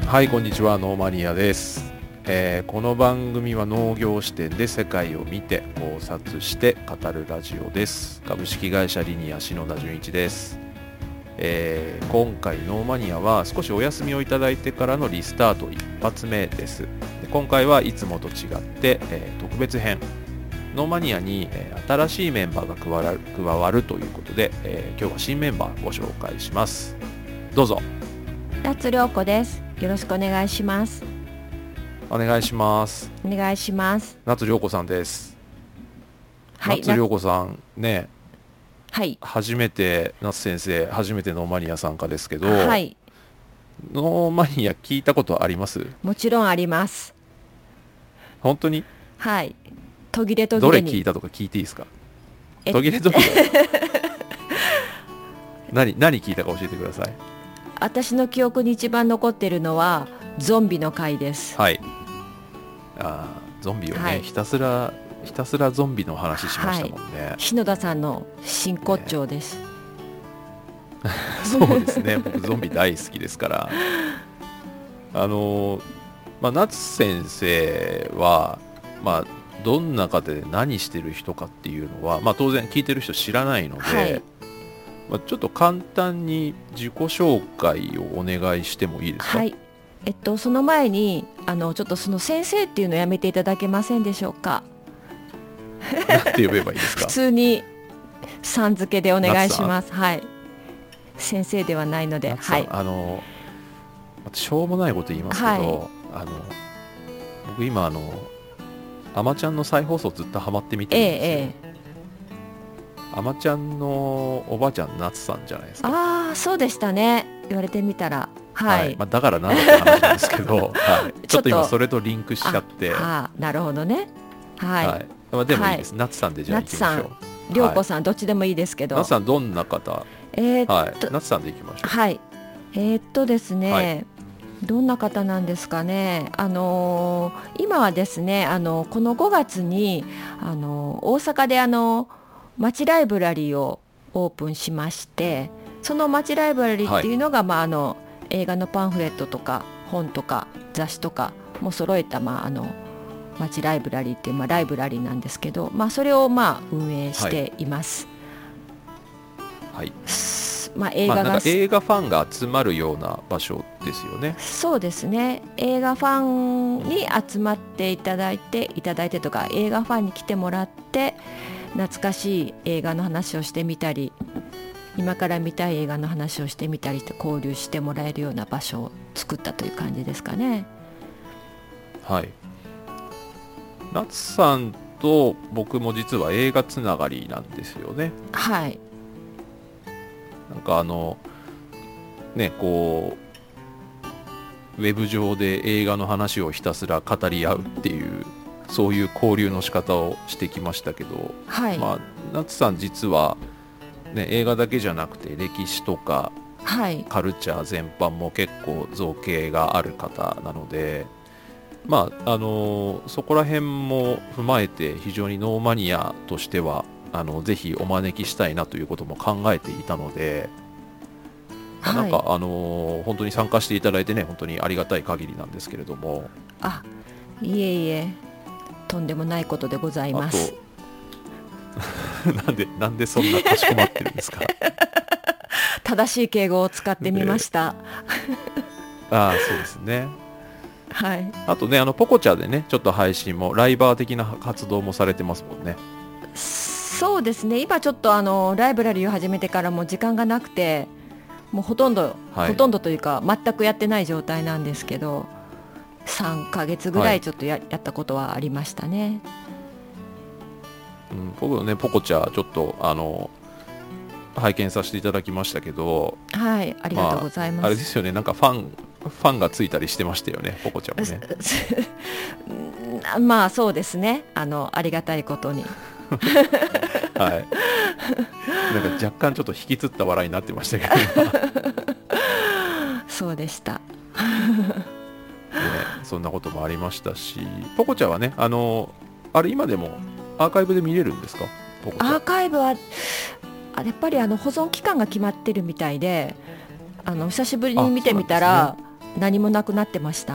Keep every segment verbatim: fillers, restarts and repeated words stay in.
はい、こんにちは。ノーマニアです。えーこの番組は農業視点で世界を見て考察して語るラジオです。株式会社リニア篠田純一です。えー今回ノーマニアは少しお休みをいただいてからのリスタート一発目です。で今回はいつもと違って、えー特別編ノーマニアに、えー新しいメンバーが加わる、加わるということで、えー今日は新メンバーをご紹介します。どうぞ夏涼子です。よろしくお願いします。 お願いします。 お願いします。 夏涼子さんです。 はい、 夏涼子さんね、 はい、 初めて夏先生初めてノーマニア参加ですけど、 はい、 ノーマニア聞いたことあります？ もちろんあります。 本当に？ はい、途切れ途どれ切れに。 聞いたとか聞いていいですか？ え途切れ途切れ何何聞いたか教えてください。 私の記憶に一番残っているのはゾンビの回です。 はい。あーゾンビをね、 はいひたすらひたすらゾンビの話しましたもんね。 篠田さんの真骨頂です。 そうですね。僕ゾンビ大好きですから。あのまあ夏先生はまあどんな方で何してる人かっていうのは、まあ、当然聞いてる人知らないので、 はいまあ、ちょっと簡単に自己紹介をお願いしてもいいですか？ はい。えっとその前にあのちょっとその先生っていうのをやめていただけませんでしょうか。 なんて呼べばいいです普か？ 通にさん付けでお願いします。はい。先生ではないので、 夏さん、 はい。 あのしょうもないこと言いますけど、 はい、 あの僕今あのあまちゃんの再放送ずっとハマって見てえるんですよ。 えええ。 あまちゃんのおばあちゃん夏さんじゃないですか。 ああ、そうでしたね。言われてみたら、はい。 はいまあ、だからなんだって話なんですけど、はい、ちょっと今それとリンクしちゃって、 ああ、なるほどね。はい。 はいまあ、でもいいです、 は夏さんでじゃあ行きましょう。 涼子さん、どっちでもいいですけど。 夏さんどんな方？ えーっと、 はい、夏さんで行きましょう。 はい。えーっとですね、 はいどんな方なんですかね。あのー今はですね、あのこのごがつにあの大阪であの町ライブラリーをオープンしまして、その町ライブラリーっていうのが、まああの映画のパンフレットとか本とか雑誌とかも揃えた、まああの町ライブラリーっていう、まあ、ライブラリーなんですけど、まあ、それをまあ運営しています。 はいすまあ、映画が、 まあ、なんか映画ファンが集まるような場所ですよね。 そうですね、映画ファンに集まっていただいていただいてとか映画ファンに来てもらって懐かしい映画の話をしてみたり、今から見たい映画の話をしてみたりと交流してもらえるような場所を作ったという感じですかね。 はい夏さんと僕も実は映画つながりなんですよね。 はい。 なんかあのねこうウェブ上で映画の話をひたすら語り合うっていうそういう交流の仕方をしてきましたけど、 はい、 まあ、夏さん実は、ね、映画だけじゃなくて歴史とかはい、 カルチャー全般も結構造形がある方なので、まああのそこら辺も踏まえて非常にノーマニアとしてはあのぜひお招きしたいなということも考えていたので、まあなんか、 はい、 あの本当に参加していただいてね本当にありがたい限りなんですけれども、 あ、いえいえ、とんでもないことでございます。 あとなんでなんでそんなかしこまってるんですか？ 正しい敬語を使ってみました。 ああそうですね。 はい。 あとねあのポコチャでねちょっと配信もライバー的な活動もされてますもんね。 そうですね、今ちょっとあのライブラリーを始めてからも時間がなくて、もうほとんど、 はい、 ほとんどというか全くやってない状態なんですけど、さんかげつぐらいちょっと や,、はい、やったことはありましたね。 うん、僕のねポコチャちょっとあの拝見させていただきましたけど、 はい、ありがとうございます。 まあ、あれですよね、なんかファンファンがついたりしてましたよね、ポコちゃんもね。 まあそうですね、あのありがたいことに。 はい。なんか若干ちょっと引きつった笑いになってましたけど、 そうでした。 ね、そんなこともありましたし、ポコちゃんはね、あのあれ今でもアーカイブで見れるんですか？ポコちゃん。 アーカイブはあやっぱりあの保存期間が決まってるみたいで、あの久しぶりに見てみたら、 何もなくなってました。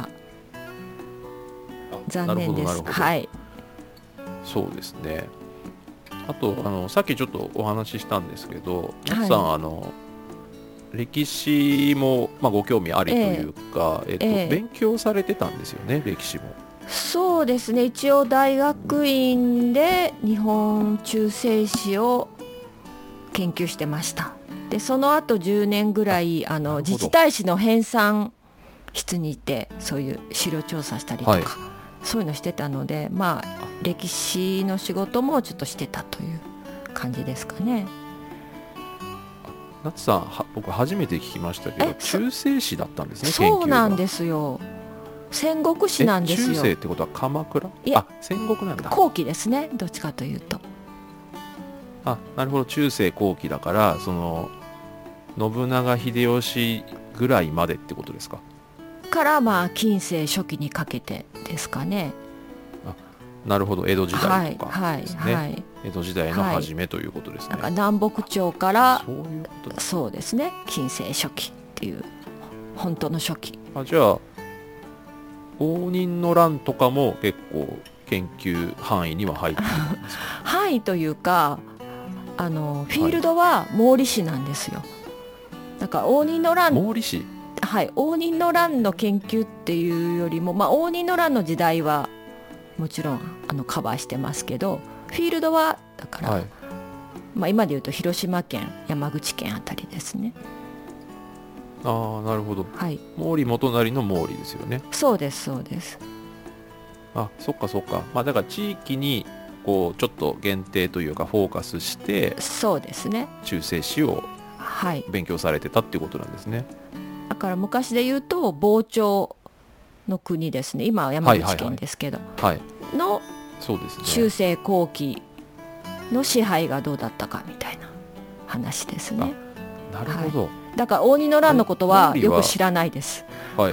残念です。はい、 そうですね。あとあのさっきちょっとお話ししたんですけど、なつさん、はい、あの歴史も、まあ、ご興味ありというか、えーえっとえー、勉強されてたんですよね、歴史も。 そうですね、一応大学院で日本中世史を研究してました。でその後じゅうねんぐらいあの自治体史の編纂室にいて、そういう資料調査したりとか、はい、そういうのしてたので、まあ歴史の仕事もちょっとしてたという感じですかね。 なつさんは僕初めて聞きましたけど、中世史だったんですね。 そうなんですよ。戦国史なんですよ。 中世ってことは鎌倉？いや、あ、戦国なんだ。 後期ですね、どっちかというと。 あ、なるほど、中世後期だから、その信長秀吉ぐらいまでってことですか？ からまあ近世初期にかけてですかね。 あ、なるほど、江戸時代とかですね。はいはいはい、江戸時代の初めということですね。 なんか南北朝からそういうことです。 そうですね、近世初期っていう本当の初期。 あ、じゃあ応仁の乱とかも結構研究範囲には入ってるんですか？ 範囲というか、あのフィールドは毛利史なんですよ。なんか応仁の乱、 毛利史、 はい、応仁の乱の研究っていうよりも、まあ、応仁の乱の時代はもちろんあのカバーしてますけど、フィールドはだから、はい、まあ、今でいうと広島県山口県あたりですね。 ああ、なるほど、 はい、 毛利元就の毛利ですよね。 そうですそうです。 あ、そっかそっか、まあ、だから地域にこうちょっと限定というかフォーカスして、 そうですね、 中世史を勉強されてたっていうことなんですね。はい、 だから昔で言うと防潮の国ですね、今は山口県ですけど、 はいはいはい、 のそうですね、 中世後期の支配がどうだったかみたいな話ですね。 なるほど、はい、 だから応仁の乱のことはよく知らないです。はい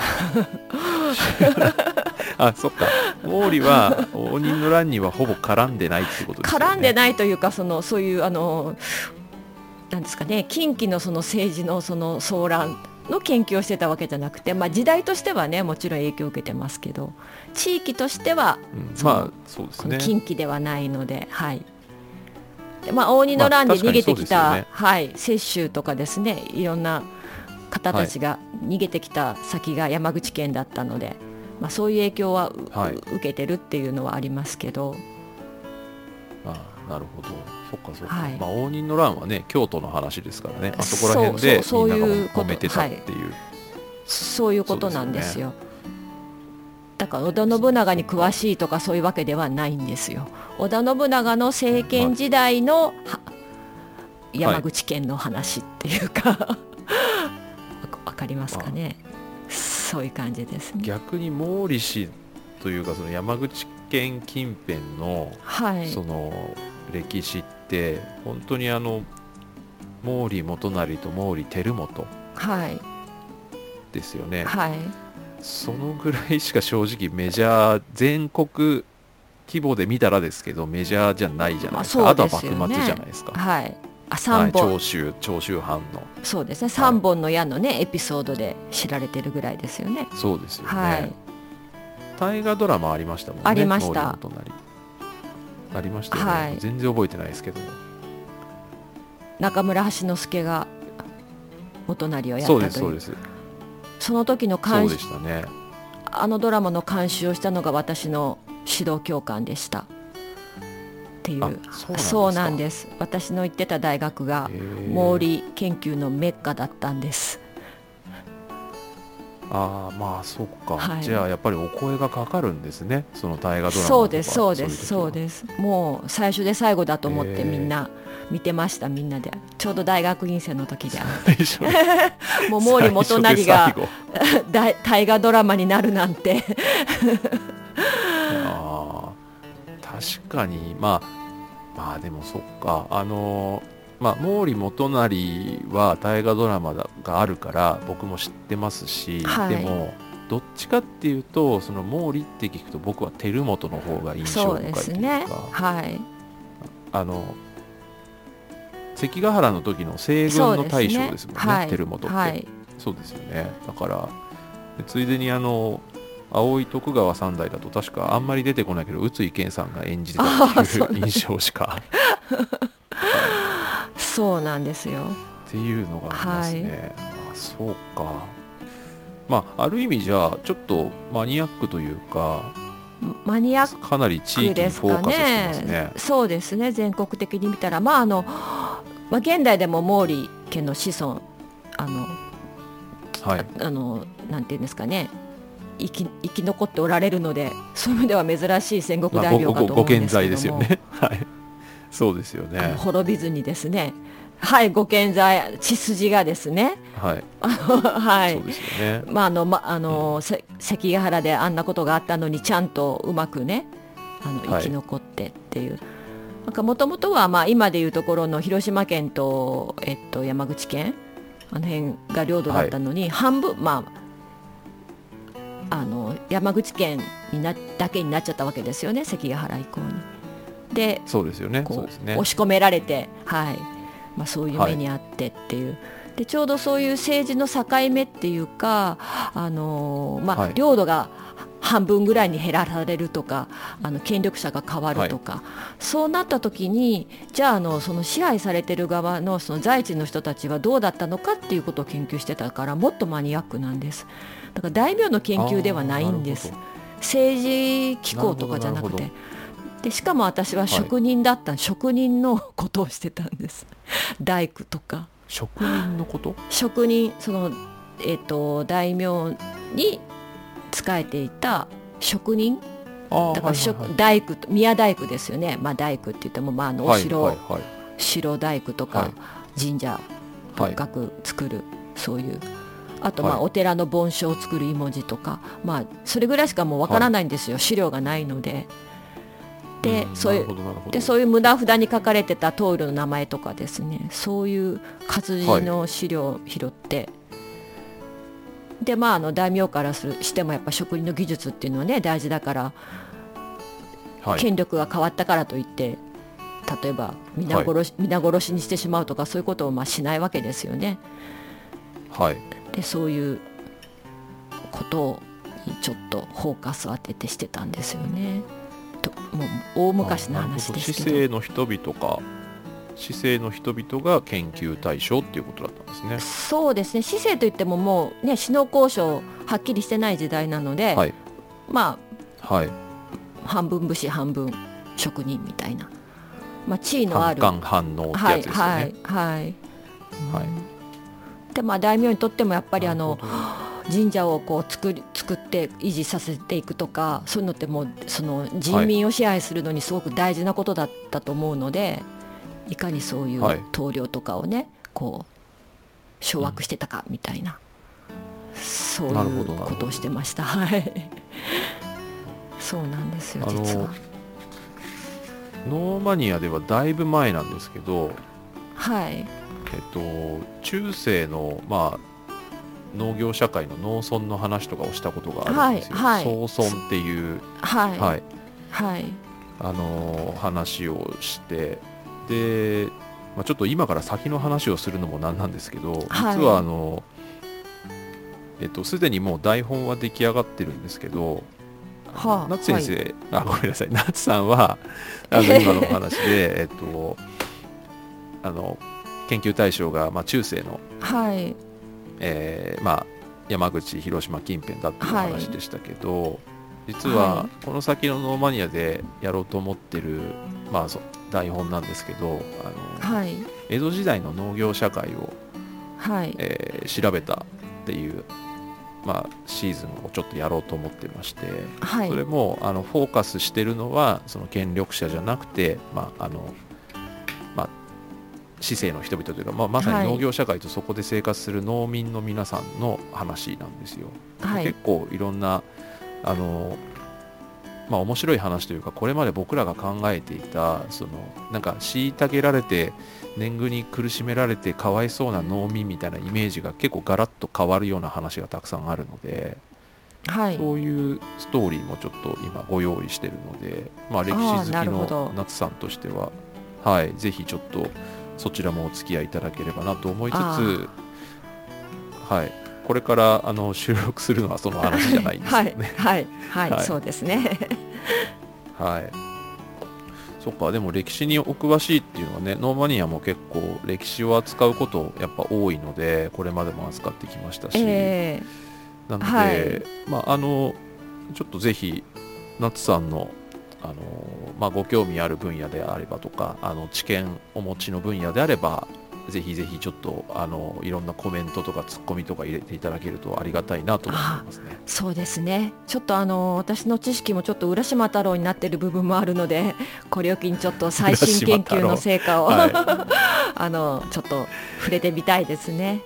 あ、そっか、毛利は応仁の乱にはほぼ絡んでないってことですよね。 絡んでないというか、そのそういうあのなんですかね、近畿のその政治のその騒乱の研究をしてたわけじゃなくて、まあ、時代としてはねもちろん影響を受けてますけど、地域としては、うん、まあそうですね、この近畿ではないので、はい、で、まあ、応仁の乱で逃げてきた、まあね、はい、雪舟とかですね、いろんな方たちが逃げてきた先が山口県だったので、まあ、そういう影響は、はい、受けてるっていうのはありますけど。 ああ、なるほど、そっかそっか、はい、まあ、応仁の乱はね京都の話ですからね、あそこら辺でみんなが揉めてたっていう、 そういうことなんですよ。だから織田信長に詳しいとかそういうわけではないんですよ。織田信長の政権時代の、はい、山口県の話っていうか、はい、わかりますかね。そういう感じですね。 逆に毛利氏というか、その山口県近辺の、はい、その歴史って本当にあの毛利元就と毛利輝元ですよね。 はい、 そのぐらいしか正直メジャー、全国規模で見たらですけどメジャーじゃないじゃないですか。まあ、そうですよね。あとは幕末じゃないですか。 はい、あ、さんぼん、 はい、長州長州藩の、 そうですね、さんぼんの矢のね、エピソードで知られてるぐらいですよね。 そうですよね。 はい、 大河ドラマありましたもんね。 ありました。 ありましたよね。はい、全然覚えてないですけども、 中村橋之助が元就をやったという。 そうですそうです。 その時の監そうでしたね。 あのドラマの監修をしたのが私の指導教官でしたっていう。そうなんです。私の行ってた大学が毛利研究のメッカだったんです。 ああ、まあそっか、はい、じゃあやっぱりお声がかかるんですね、その大河ドラマとか。 そうですそうですそうです。もう最初で最後だと思ってみんな見てました。みんなでちょうど大学院生の時でもう毛利元就が大河ドラマになるなんてあ、確かに、まあまあでもそっか、あのーまあ、毛利元就は大河ドラマがあるから僕も知ってますし、はい、でもどっちかっていうとその毛利って聞くと僕は輝元の方が印象深いというか。そうですね、 はい、 あの関ヶ原の時の西軍の大将ですもんね、輝元って、はい、そうですよね。だからでついでにあの青い徳川三代だと確かあんまり出てこないけど宇津井健さんが演じてたっていう印象しか、はい、 そうなんですよっていうのがありますね、はい、あそうか。まあある意味じゃあちょっとマニアックというかマニアックかなり地域にフォーカスしてますね。 そうですね、全国的に見たら、まああのまあ、現代でも毛利家の子孫あの、はい、あのなんていうんですかね、生き、生き残っておられるので、そういう意味では珍しい戦国大名かと思うんですけども、まあ、ご, ご, ご健在ですよねはいそうですよね、 滅びずにですね、はい、ご健在、血筋がですね、 はい、 はい、 そうですよね。 まああのまあの、うん、関ヶ原であんなことがあったのにちゃんとうまくね、あの生き残ってっていう、はい、なんかもともとはまあ今でいうところの広島県と、えっと、山口県あの辺が領土だったのに、はい、半分、まあ、あの山口県になだけになっちゃったわけですよね、関ヶ原以降に。で、 そうですよね、そうですね、 押し込められて、はい、まあ、そういう目にあってっていう、はい、でちょうどそういう政治の境目っていうか、あのーまあはい、領土が半分ぐらいに減らされるとか、あの権力者が変わるとか、はい、そうなった時にじゃあ、あのその支配されてる側 の, その在地の人たちはどうだったのかっていうことを研究してたから、もっとマニアックなんです。だから大名の研究ではないんです。政治機構とかじゃなくて、でしかも私は職人だった、はい、職人のことをしてたんです大工とか。 職人のこと？ 職人、その、えーと、大名に仕えていた職人だから、はいはいはい、大工、宮大工ですよね、まあ、大工って言っても、まあ、あのお城、はいはいはい、城大工とか、はい、神社仏閣作る、はい、そういう、あと、まあ、はい、お寺の梵鐘を作る芋地とか、まあ、それぐらいしかもうわからないんですよ、はい、資料がないので。で、そういう、で、そういう無駄札に書かれてた棟梁の名前とかですね、そういう活字の資料を拾って、はい、で、まあ、あの大名からするしてもやっぱ職人の技術っていうのはね大事だから、はい、権力が変わったからといって例えば皆殺し、はい、皆殺しにしてしまうとか、そういうことをまあしないわけですよね。 はい、 でそういうことにちょっとフォーカスを当ててしてたんですよね。もう大昔の話ですけど、 市政の人々か市政の人々が研究対象っていうことだったんですね。 そうですね、市政といってももうね、市農交渉はっきりしてない時代なので、はい、まあ、はい、半分武士半分職人みたいな、まあ、地位のある半官半能ってやつですよね。 はいはいはい、はい、で、まあ、大名にとってもやっぱりあの神社をこう 作り、作って維持させていくとか、そういうのってもうその人民を支配するのにすごく大事なことだったと思うので、はい、いかにそういう棟梁とかをね、こう掌握してたかみたいな、うん、そういうことをしてました。はい、そうなんですよ実は。 ノーマニアではだいぶ前なんですけど、 はい、 えっと中世のまあ農業社会の農村の話とかをしたことがあるんですよ。 はいはい、 荘村っていう、 はいはいはい、 あのー、話をして、で、まあ、ちょっと今から先の話をするのもなんなんですけど、はい、実はあの、えっと、すでにもう台本は出来上がってるんですけど、はあ、夏先生、はい、あ、ごめんなさい、夏さんはあの今のお話で、えっと、あの研究対象が、まあ、中世の、はい、えーまあ、山口広島近辺だっていう話でしたけど、はい、実はこの先のノーマニアでやろうと思ってる、まあ、そう台本なんですけど、あの、はい、江戸時代の農業社会を、はいえー、調べたっていう、まあ、シーズンをちょっとやろうと思ってまして、はい、それもあのフォーカスしてるのはその権力者じゃなくて、まああのまあ、市政の人々というか、まあ、まさに農業社会とそこで生活する農民の皆さんの話なんですよ。はい、結構いろんなあの、まあ、面白い話というか、これまで僕らが考えていたそのなんか虐げられて年貢に苦しめられてかわいそうな農民みたいなイメージが結構ガラッと変わるような話がたくさんあるので、はい、そういうストーリーもちょっと今ご用意してるので、まあ、歴史好きの夏さんとしては、はい、ぜひちょっとそちらもお付き合いいただければなと思いつつ、はい、ここれからあの収録するのはその話じゃないんですよね。 はい、はい、はい、 はい、 そうですね。 はい。そっか、でも歴史にお詳しいっていうのはね、ノーマニアも結構歴史を扱うことやっぱ多いので、これまでも扱ってきましたし、 えなので、 はい、 まああのちょっとぜひ夏さんのあの、まあ、ご興味ある分野であればとか、あの知見お持ちの分野であれば、ぜひぜひちょっとあのいろんなコメントとかツッコミとか入れていただけるとありがたいなと思いますね。 そうですね。ちょっとあの私の知識もちょっと浦島太郎になっている部分もあるので、これを機にちょっと最新研究の成果を、はい、あのちょっと触れてみたいですね。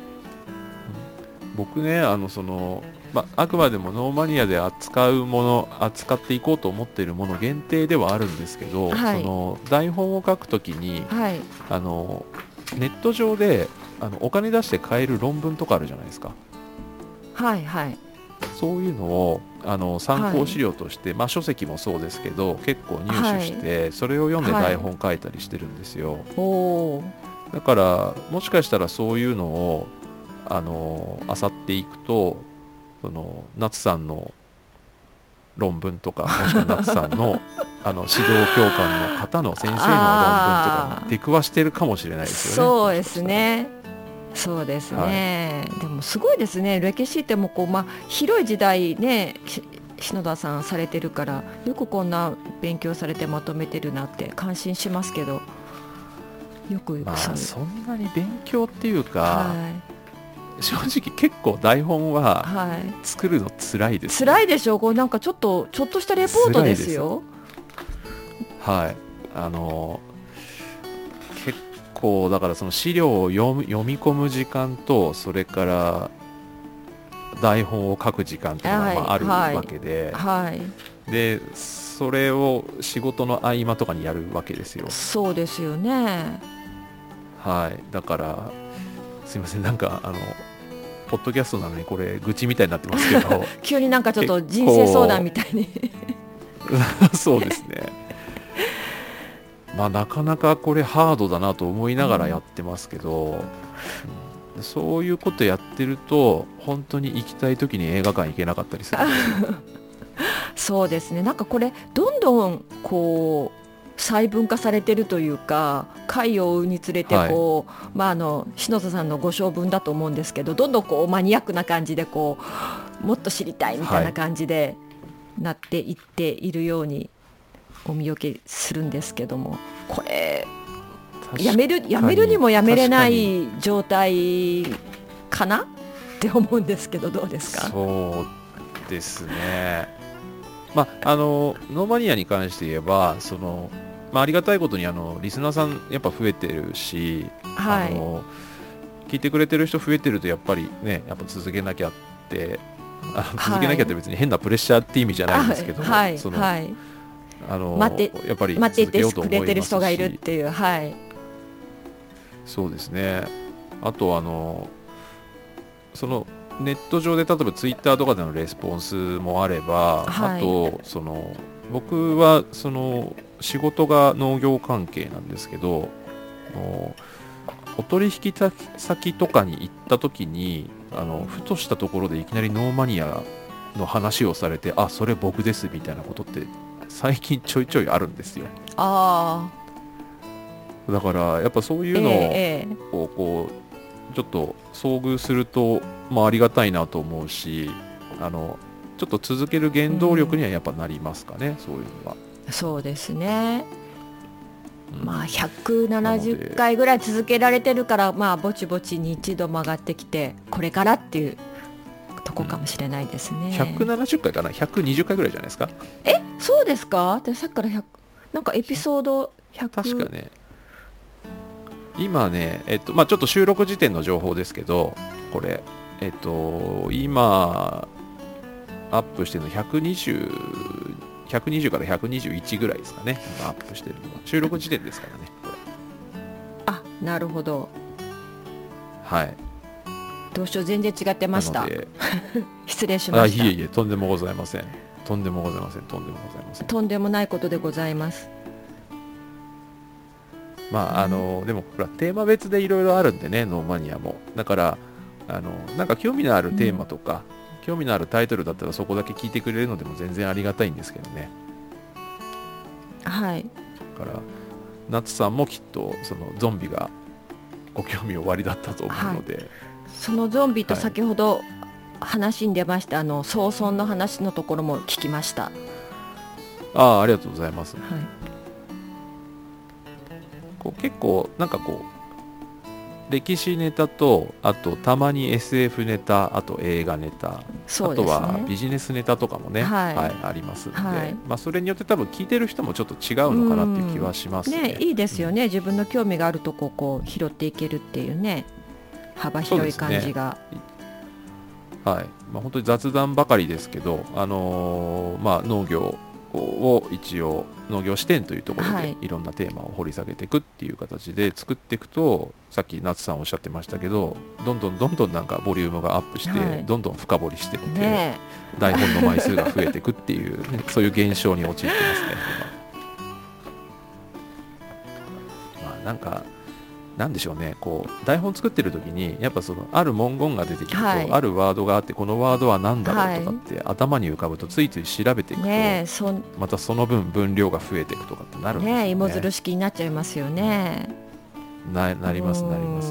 僕ね、あのそのまあ、あくまでもノーマニアで扱うもの扱っていこうと思っているもの限定ではあるんですけど、はい、その台本を書くときに、はい、あのネット上であのお金出して買える論文とかあるじゃないですか。 はいはい。 そういうのをあの参考資料として、はい、まあ、書籍もそうですけど結構入手して、はい、それを読んで台本書いたりしてるんですよ。はい、だからもしかしたらそういうのをあの漁っていくと、その夏さんの論文とか、もしくは夏さんのあの指導教官の方の先生の論文とかに出くわしてるかもしれないですよね。 そうですね。そうですね、はい、でもすごいですね。歴史ってもこう、まあ、広い時代ね、篠田さんされてるから、よくこんな勉強されてまとめてるなって感心しますけど、よくまあそんなに勉強っていうか、はい、正直結構台本は作るの辛いです、ね、 はい、辛いでしょう。こうなんかちょっとちょっとしたレポートですよ。 はい、あの結構だからその資料を読む読み込む時間と、それから台本を書く時間っていうのがまああるわけで、はいはい、でそれを仕事の合間とかにやるわけですよ。 そうですよね。 はい、だからすいません、なんかあのポッドキャストなのにこれ愚痴みたいになってますけど急になんかちょっと人生相談みたいにそうですね。まあなかなかこれハードだなと思いながらやってますけど、うん、そういうことやってると本当に行きたい時に映画館行けなかったりするんですよそうですね。なんかこれどんどんこう細分化されてるというか、回を追うにつれてこう、はい、まあ、あの篠田さんのご性分だと思うんですけど、どんどんこうマニアックな感じでこうもっと知りたいみたいな感じでなっていっているようにお見受けするんですけども、これやめるやめるにもやめれない状態かなって思うんですけど、どうですか？ そうですね。まあ、あのノーマニアに関して言えば、その、まあ、ありがたいことにあのリスナーさんやっぱ増えてるし、はい、あの聞いてくれてる人増えてるとやっぱりね、やっぱ続けなきゃってあの続けなきゃって別に変なプレッシャーって意味じゃないんですけど、はい、その、はい、あの待ってやっぱり続けようと思いますし、待っててくれてる人がいるっていう、はい、 そうですね。あとあのそのネット上で例えばツイッターとかでのレスポンスもあれば、はい、あとその僕はその仕事が農業関係なんですけど、お取引先とかに行った時にあのふとしたところでいきなりノーマニアの話をされて、あ、それ僕ですみたいなことって最近ちょいちょいあるんですよ。ああ、だからやっぱそういうのを、えー、こうちょっと遭遇すると、まあ、ありがたいなと思うし、あのちょっと続ける原動力にはやっぱなりますかね、うん、そういうのは。 そうですね、うん、まあひゃくななじゅっかいぐらい続けられてるから、まあぼちぼちに一度曲がってきてこれからっていうとこかもしれないですね、うん、 ひゃくななじゅっかいかな、ひゃくにじゅっかいぐらいじゃないですか。 え、そうですか？でさっきからひゃくなんかエピソードひゃく確かね、今ね、えっとまあ、ちょっと収録時点の情報ですけど、これ、えっと、今アップしてるのひゃくにじゅう、ひゃくにじゅうからひゃくにじゅういちぐらいですかね、今アップしてるのは。収録時点ですからね、これ。 あ、なるほど。 はい。 どうしよう、全然違ってました。失礼しました。 あ、いえいえ、とんでもございません。とんでもございません。とんでもございません。 とんでもないことでございます。 まああのでもほらテーマ別でいろいろあるんでね、ノーマニアも。だからあのなんか興味のあるテーマとか、うん、興味のあるタイトルだったらそこだけ聞いてくれるのでも全然ありがたいんですけどね。 はい。 だから夏さんもきっとそのゾンビがご興味おありだったと思うので、はい、 そのゾンビと先ほど話に出ました、はい、あの早々の話のところも聞きました。 ああ、ありがとうございます、 はい、 こう結構なんかこう歴史ネタと、あとたまに エスエフ ネタ、あと映画ネタ、 そうですね、 あとはビジネスネタとかもね、 はいはい、ありますので、 はい、 まあ、それによって多分聞いてる人もちょっと違うのかなっていう気はしますね。 ね、いいですよね、うん、自分の興味があるとこをこう拾っていけるっていうね、幅広い感じが、 ね、はい、まあ、本当に雑談ばかりですけど、あのーまあ、農業を一応農業視点というところでいろんなテーマを掘り下げていくっていう形で作っていくと、さっき夏さんおっしゃってましたけど、どんどんどんどんなんかボリュームがアップして、はい、どんどん深掘りしていって、ね、台本の枚数が増えていくっていうそういう現象に陥ってますね。まあなんかなんでしょうね、こう台本作ってる時にやっぱそのある文言が出てきて、はい、あるワードがあって、このワードは何だろうとかって、はい、頭に浮かぶとついつい調べていくと、ね、そまたその分分量が増えていくとかってなるんですよね。ね、 芋づる式になっちゃいますよね。 な, なりますなります。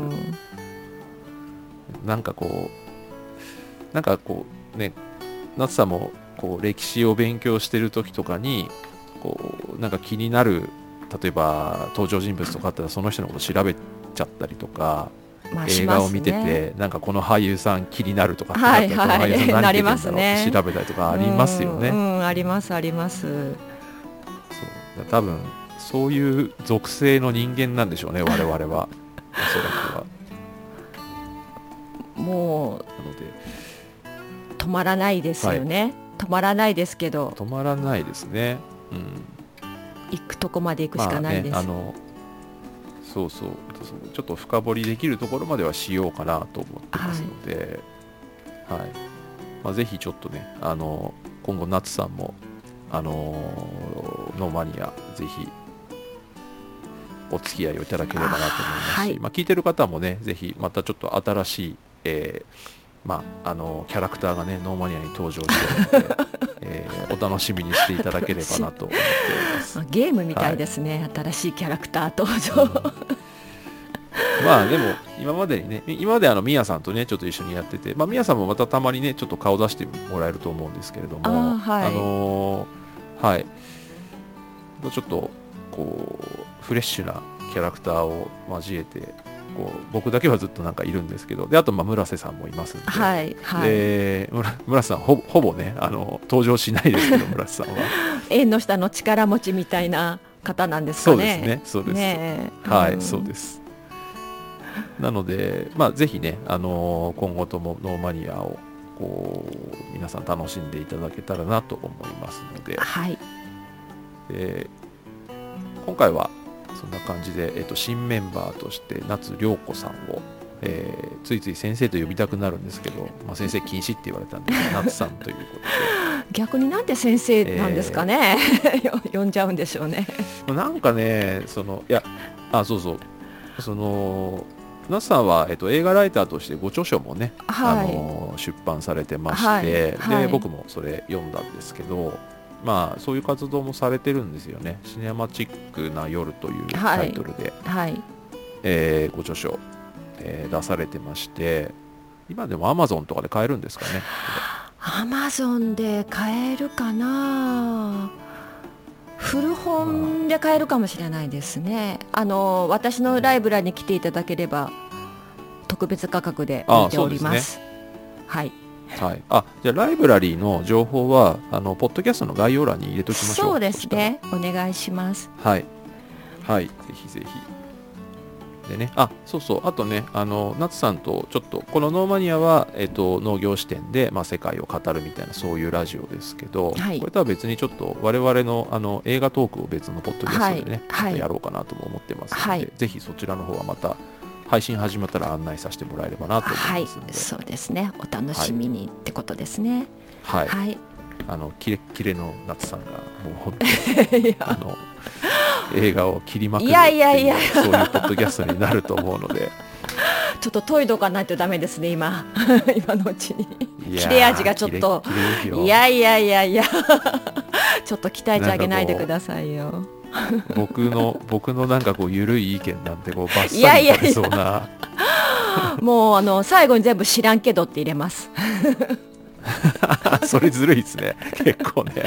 なんかこうなんかこうね、夏さんもこう歴史を勉強してる時とかにこうなんか気になる、例えば登場人物とかあったらその人のこと調べちゃったりとか、まあ、映画を見てて、ね、なんかこの俳優さん気になるとかってなったら、はいはい、この俳優さん何言ってるんだろうって調べたりとかありますよね。 うん、うん、ありますあります。 そう多分そういう属性の人間なんでしょうね、我々は。おそらくはもうなので止まらないですよね、はい、止まらないですけど、 止まらないですね、うん、 行くとこまで行くしかないです、 まあね、あのそうそうちょっと深掘りできるところまではしようかなと思ってますので、はいはい、まあ、ぜひちょっとね、あの今後夏さんもあのノーマニアぜひお付き合いをいただければなと思いますし、はい、まあ、聞いてる方もねぜひまたちょっと新しい、えーまあ、あのキャラクターがねノーマニアに登場しているので、えー、お楽しみにしていただければなと思っております。 ゲームみたいですね、はい、新しいキャラクター登場、 うん、まあでも今までにね、今まであのミヤさんとねちょっと一緒にやってて、まあ、ミヤさんもまたたまにねちょっと顔出してもらえると思うんですけれども、 あ、はい、 あのー、はいちょっとこうフレッシュなキャラクターを交えてこう僕だけはずっとなんかいるんですけど、であとまあ村瀬さんもいますんで、 はいはい、 で村瀬さん ほ, ほぼねあの登場しないですけど村瀬さんは縁の下の力持ちみたいな方なんですかね。 そうですね、そうです、ね、はい、うん、そうです。なので、まあ、ぜひね、あのー、今後ともノーマニアをこう皆さん楽しんでいただけたらなと思いますので、 はい、 で今回はそんな感じで、えっと、新メンバーとして夏涼子さんを、えー、ついつい先生と呼びたくなるんですけど、まあ、先生禁止って言われたんで夏さんということで逆になんで先生なんですかね、えー、呼んじゃうんでしょうね。 なんかね、そのいやあそうそうその夏さんは、えっと、映画ライターとしてご著書もね、はい、あの出版されてまして、はいはい、で僕もそれ読んだんですけど、まあ、そういう活動もされてるんですよね。シネマチックな夜というタイトルで、 はいはい、 えー、ご著書、えー、出されてまして、今でも Amazon とかで買えるんですかね。 Amazon で買えるかな。古本で買えるかもしれないですね。あの私のライブラリに来ていただければ特別価格で売っております。はい。 はい、あじゃあライブラリーの情報はあのポッドキャストの概要欄に入れておきましょう。 そうですね、お願いします。 はいはいぜひぜひでね、あそうそうあとねあの夏さんとちょっとこのノーマニアは、えっと、農業視点で、まあ、世界を語るみたいなそういうラジオですけど、はい、これとは別にちょっと我々の、あの映画トークを別のポッドキャストでね、はい、やろうかなとも思ってますので、はい、ぜひそちらの方はまた配信始まったら案内させてもらえればなと思いますので、 はい、そうですね、お楽しみにってことですね。 はい、はい、あのキレッキレの夏さんがもう本当にあの映画を切りまくるっていう、いやいやいやそういうポッドキャストになると思うのでちょっと研いどかないとダメですね今今のうちに切れ味がちょっといやいやいやいやちょっと鍛えてあげないでくださいよ僕の僕のなんかこう緩い意見なんてこうバッサリいかれそうな。いやいやいやもうあの最後に全部知らんけどって入れますそれずるいですね結構ね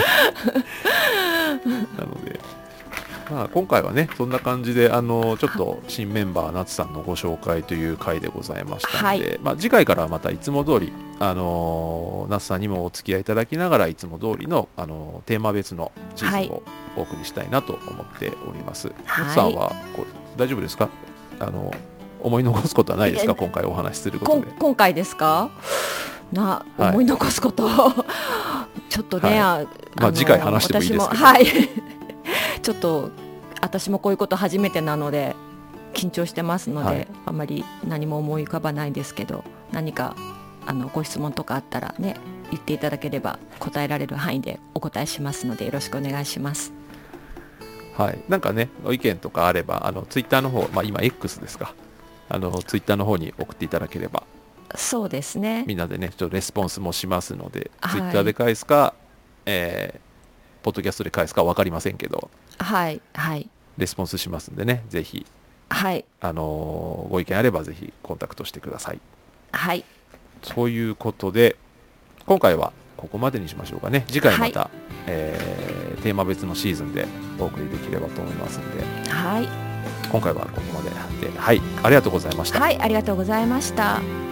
なので、まあ、今回はねそんな感じであのちょっと新メンバー夏さんのご紹介という回でございましたので、はい、まあ、次回からはまたいつも通りあの夏さんにもお付き合いいただきながらいつも通りのあのテーマ別のシーズンをお送りしたいなと思っております。はい、夏さんはこう大丈夫ですか？あの思い残すことはないですか？今回お話しすることで。 今回ですか？な、はい、思い残すことちょっとね、はい、あまあ、次回話してもいいですけど、 はいちょっと私もこういうこと初めてなので緊張してますので、はい、あんまり何も思い浮かばないんですけど、何かあのご質問とかあったらね言っていただければ答えられる範囲でお答えしますのでよろしくお願いします。 はい、なんかねご意見とかあればあのツイッターの方、まあ、今 X ですか、あのツイッターの方に送っていただければ、 そうですね、 みんなでねちょっとレスポンスもしますので、はい、ツイッターで返すか、えー、ポッドキャストで返すか分かりませんけど、 はいはい、 レスポンスしますんでね、ぜひ、 はい、 あのー、ご意見あればぜひコンタクトしてください。 はい、 そういうことで今回はここまでにしましょうかね。次回また、はい、えー、テーマ別のシーズンでお送りできればと思いますので、 はい、 今回はここまでで、はい、ありがとうございました。 はい、ありがとうございました。